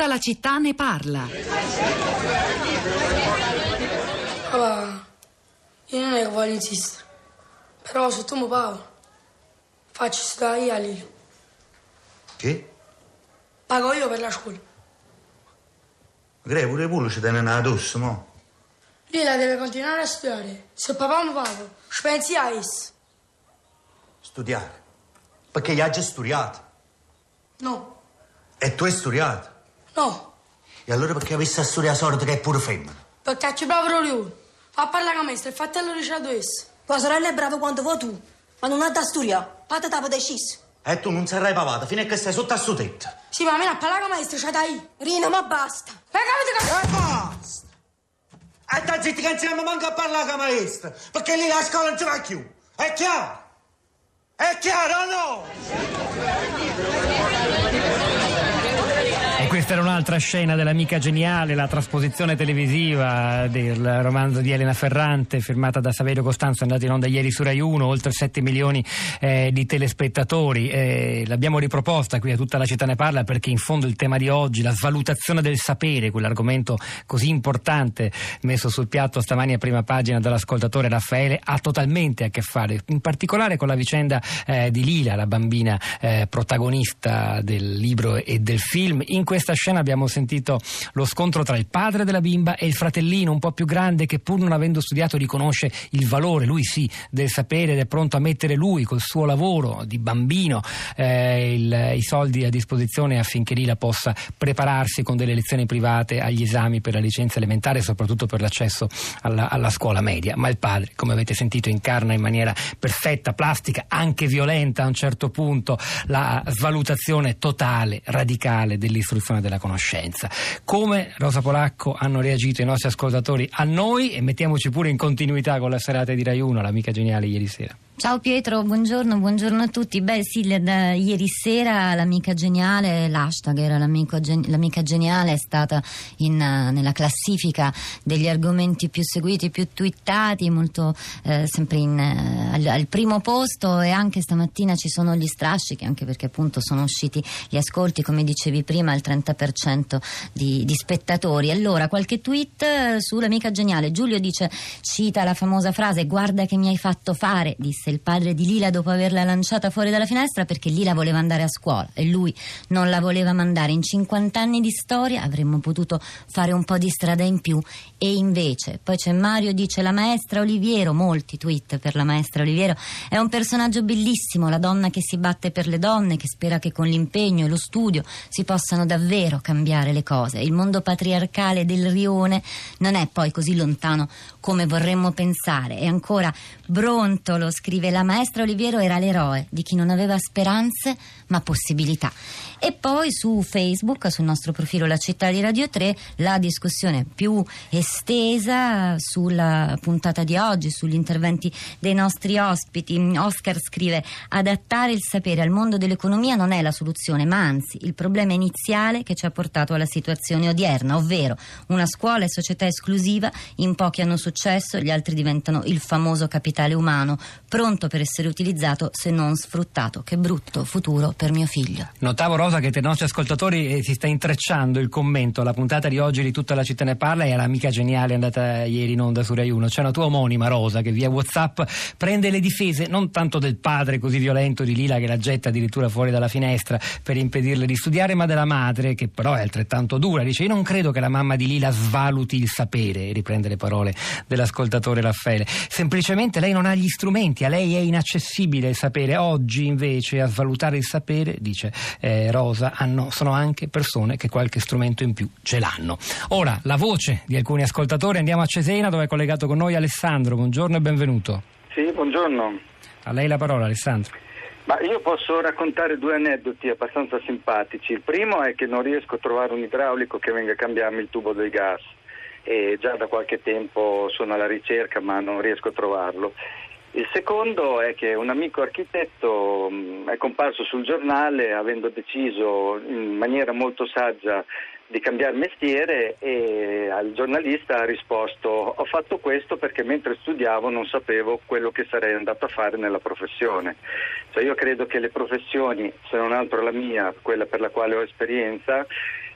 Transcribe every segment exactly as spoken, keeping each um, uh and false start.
Tutta la città ne parla. Papà, io non è che voglio insistere, però se tu mi paghi, faccio stare io a Lilo. Che? Pago io per la scuola. Greve pure pure ci tenne addosso, mo? Lila deve continuare a studiare. Se papà mi paga, ci pensi a esso. Studiare? Perché gli hai già studiato? No. E tu hai studiato? No. E allora perché avessi a studiare sorda che è pure femmina? Perché ci bravo Rolione. Fa parlare con me, sta il fratello Ricciardo esso. Tua sorella è brava quanto vuoi tu, ma non ha da studiare. Pata t'avevo deciso. E tu non sarai pavata fino a che stai sotto a sto tetto. Sì, ma almeno a parlare con maestro c'è da io. Rina, ma basta. Ma capite che... E basta! E da zitti che insieme manca a parlare con la maestra, perché lì la scuola non ci va più. È chiaro? È chiaro o no? E questa era un'altra scena dell'Amica Geniale, la trasposizione televisiva del romanzo di Elena Ferrante, firmata da Saverio Costanzo, andata in onda ieri su Rai uno, oltre sette milioni eh, di telespettatori. Eh, l'abbiamo riproposta qui a Tutta la città ne parla, perché in fondo il tema di oggi, la svalutazione del sapere, quell'argomento così importante messo sul piatto stamani a prima pagina dall'ascoltatore Raffaele, ha totalmente a che fare, in particolare con la vicenda eh, di Lila, la bambina eh, protagonista del libro e del film. In questa scena abbiamo sentito lo scontro tra il padre della bimba e il fratellino un po' più grande, che pur non avendo studiato riconosce il valore, lui sì, del sapere ed è pronto a mettere lui col suo lavoro di bambino eh, il, i soldi a disposizione affinché Lila possa prepararsi con delle lezioni private agli esami per la licenza elementare e soprattutto per l'accesso alla, alla scuola media. Ma il padre, come avete sentito, incarna in maniera perfetta, plastica, anche violenta a un certo punto, la svalutazione totale, radicale dell'istruzione della conoscenza. Come, Rosa Polacco, hanno reagito i nostri ascoltatori a noi, e mettiamoci pure in continuità con la serata di Rai uno, l'Amica Geniale ieri sera. Ciao Pietro, buongiorno, buongiorno a tutti. Beh sì, da ieri sera l'Amica Geniale, l'hashtag era l'amico, l'Amica Geniale, è stata in, nella classifica degli argomenti più seguiti, più twittati, molto eh, sempre in, al, al primo posto, e anche stamattina ci sono gli strascichi, anche perché appunto sono usciti gli ascolti, come dicevi prima, il trenta per cento di, di spettatori. Allora, qualche tweet sull'Amica Geniale. Giulio dice, cita la famosa frase "guarda che mi hai fatto fare", disse il padre di Lila dopo averla lanciata fuori dalla finestra, perché Lila voleva andare a scuola e lui non la voleva mandare. In cinquanta anni di storia avremmo potuto fare un po' di strada in più, e invece. Poi c'è Mario, dice la maestra Oliviero, molti tweet per la maestra Oliviero, è un personaggio bellissimo, la donna che si batte per le donne, che spera che con l'impegno e lo studio si possano davvero cambiare le cose. Il mondo patriarcale del rione non è poi così lontano come vorremmo pensare. E ancora Brontolo scrive, la maestra Oliviero era l'eroe di chi non aveva speranze ma possibilità. E poi su Facebook, sul nostro profilo La Città di Radio tre, la discussione più estesa sulla puntata di oggi, sugli interventi dei nostri ospiti. Oscar scrive, adattare il sapere al mondo dell'economia non è la soluzione, ma anzi il problema iniziale che ci ha portato alla situazione odierna, ovvero una scuola e società esclusiva, in pochi hanno successo, gli altri diventano il famoso capitale umano, pronto per essere utilizzato se non sfruttato. Che brutto futuro per mio figlio. Notavo, Rosa, che tra i nostri ascoltatori eh, si sta intrecciando il commento alla puntata di oggi di Tutta la città ne parla e all'Amica Geniale andata ieri in onda su Rai uno. C'è una tua omonima, Rosa, che via WhatsApp prende le difese non tanto del padre così violento di Lila, che la getta addirittura fuori dalla finestra per impedirle di studiare, ma della madre, che però è altrettanto dura. Dice, io non credo che la mamma di Lila svaluti il sapere, riprende le parole dell'ascoltatore Raffaele, semplicemente lei non ha gli strumenti, a lei è inaccessibile il sapere. Oggi invece a svalutare il sapere, dice eh, Rosa, hanno, sono anche persone che qualche strumento in più ce l'hanno. Ora la voce di alcuni ascoltatori, andiamo a Cesena dove è collegato con noi Alessandro. Buongiorno e benvenuto. Sì, buongiorno. A lei la parola, Alessandro. Ma io posso raccontare due aneddoti abbastanza simpatici. Il primo è che non riesco a trovare un idraulico che venga a cambiarmi il tubo del gas, e già da qualche tempo sono alla ricerca ma non riesco a trovarlo. Il secondo è che un amico architetto mh, è comparso sul giornale avendo deciso in maniera molto saggia di cambiare mestiere, e al giornalista ha risposto: ho fatto questo perché mentre studiavo non sapevo quello che sarei andato a fare nella professione. Cioè io credo che le professioni, se non altro la mia, quella per la quale ho esperienza,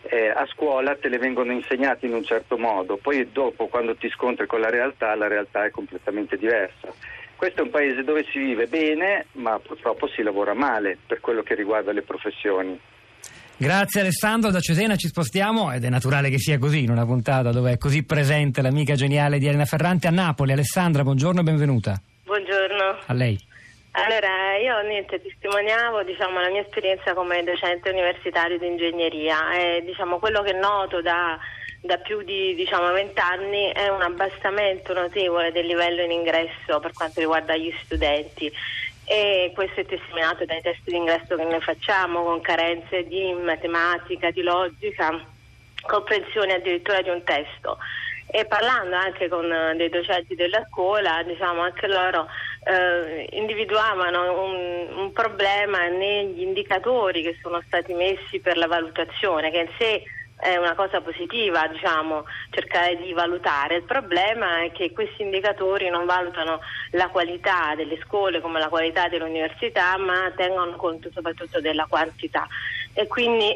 Eh, a scuola te le vengono insegnate in un certo modo, poi dopo quando ti scontri con la realtà, la realtà è completamente diversa. Questo è un paese dove si vive bene, ma purtroppo si lavora male per quello che riguarda le professioni. Grazie Alessandro, da Cesena ci spostiamo, ed è naturale che sia così in una puntata dove è così presente l'amica geniale di Elena Ferrante, a Napoli. Alessandra, buongiorno e benvenuta. Buongiorno. A lei. Allora, io niente, testimoniavo diciamo, la mia esperienza come docente universitario di ingegneria e diciamo, quello che noto da, da più di diciamo, vent'anni è un abbassamento notevole del livello in ingresso per quanto riguarda gli studenti, e questo è testimoniato dai test di ingresso che noi facciamo, con carenze di matematica, di logica, comprensione addirittura di un testo. E parlando anche con dei docenti della scuola, diciamo anche loro eh, individuavano un, un problema negli indicatori che sono stati messi per la valutazione, che in sé è una cosa positiva, diciamo, cercare di valutare. Il problema è che questi indicatori non valutano la qualità delle scuole come la qualità dell'università, ma tengono conto soprattutto della quantità. E quindi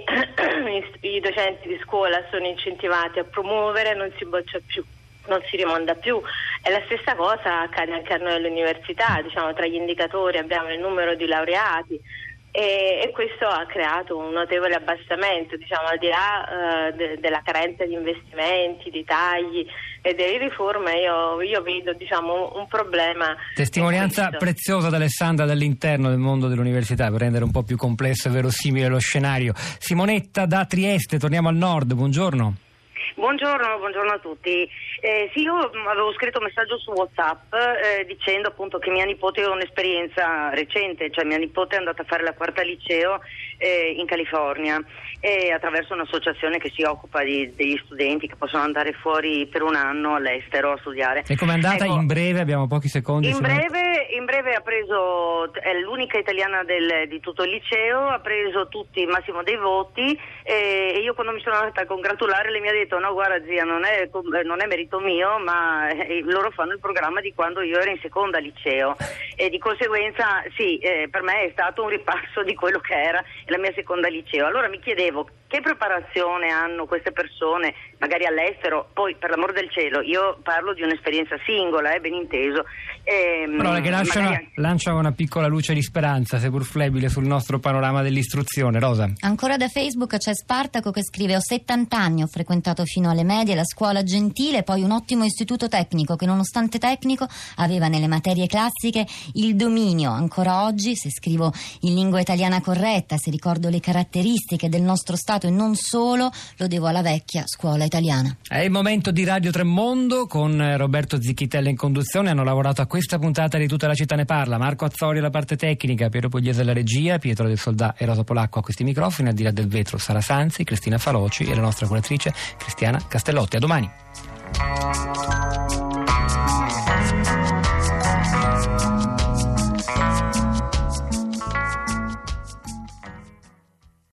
i docenti di scuola sono incentivati a promuovere, non si boccia più, non si rimonda più. E la stessa cosa accade anche a noi all'università, diciamo, tra gli indicatori abbiamo il numero di laureati, e, e questo ha creato un notevole abbassamento, diciamo, al di là eh, de, della carenza di investimenti, di tagli e delle riforme. Io, io vedo diciamo un problema. Testimonianza preziosa da Alessandra dall'interno del mondo dell'università, per rendere un po' più complesso e verosimile lo scenario. Simonetta da Trieste, torniamo al nord, buongiorno. Buongiorno, buongiorno a tutti. Eh, sì, io avevo scritto un messaggio su WhatsApp eh, dicendo appunto che mia nipote ha un'esperienza recente, cioè mia nipote è andata a fare la quarta liceo eh, in California, e attraverso un'associazione che si occupa di, degli studenti che possono andare fuori per un anno all'estero a studiare. E com'è andata? Ecco, in breve, abbiamo pochi secondi. In breve, in breve ha preso, è l'unica italiana del, di tutto il liceo, ha preso tutti il massimo dei voti, eh, e io quando mi sono andata a congratulare lei mi ha detto: no, guarda zia, non è, non è merito mio, ma eh, loro fanno il programma di quando io ero in seconda liceo, e di conseguenza sì, eh, per me è stato un ripasso di quello che era la mia seconda liceo. Allora mi chiedevo che preparazione hanno queste persone magari all'estero. Poi, per l'amor del cielo, io parlo di un'esperienza singola, eh, ben inteso. Ehm, Però che lanciano, magari... lancia una piccola luce di speranza, seppur flebile, sul nostro panorama dell'istruzione. Rosa. Ancora da Facebook c'è Spartaco che scrive: ho settanta anni, ho frequentato fino alle medie la scuola gentile, poi un ottimo istituto tecnico che nonostante tecnico aveva nelle materie classiche il dominio. Ancora oggi, se scrivo in lingua italiana corretta, se ricordo le caratteristiche del nostro Stato e non solo, lo devo alla vecchia scuola italiana. È il momento di Radio Tremondo con Roberto Zicchitella in conduzione. Hanno lavorato a questa puntata di Tutta la città ne parla: Marco Azzori alla parte tecnica, Piero Pugliese alla regia, Pietro del Soldà e Rosa Polacco a questi microfoni, al di là del vetro Sara Sanzi, Cristina Faloci e la nostra curatrice Cristiana Castellotti. A domani.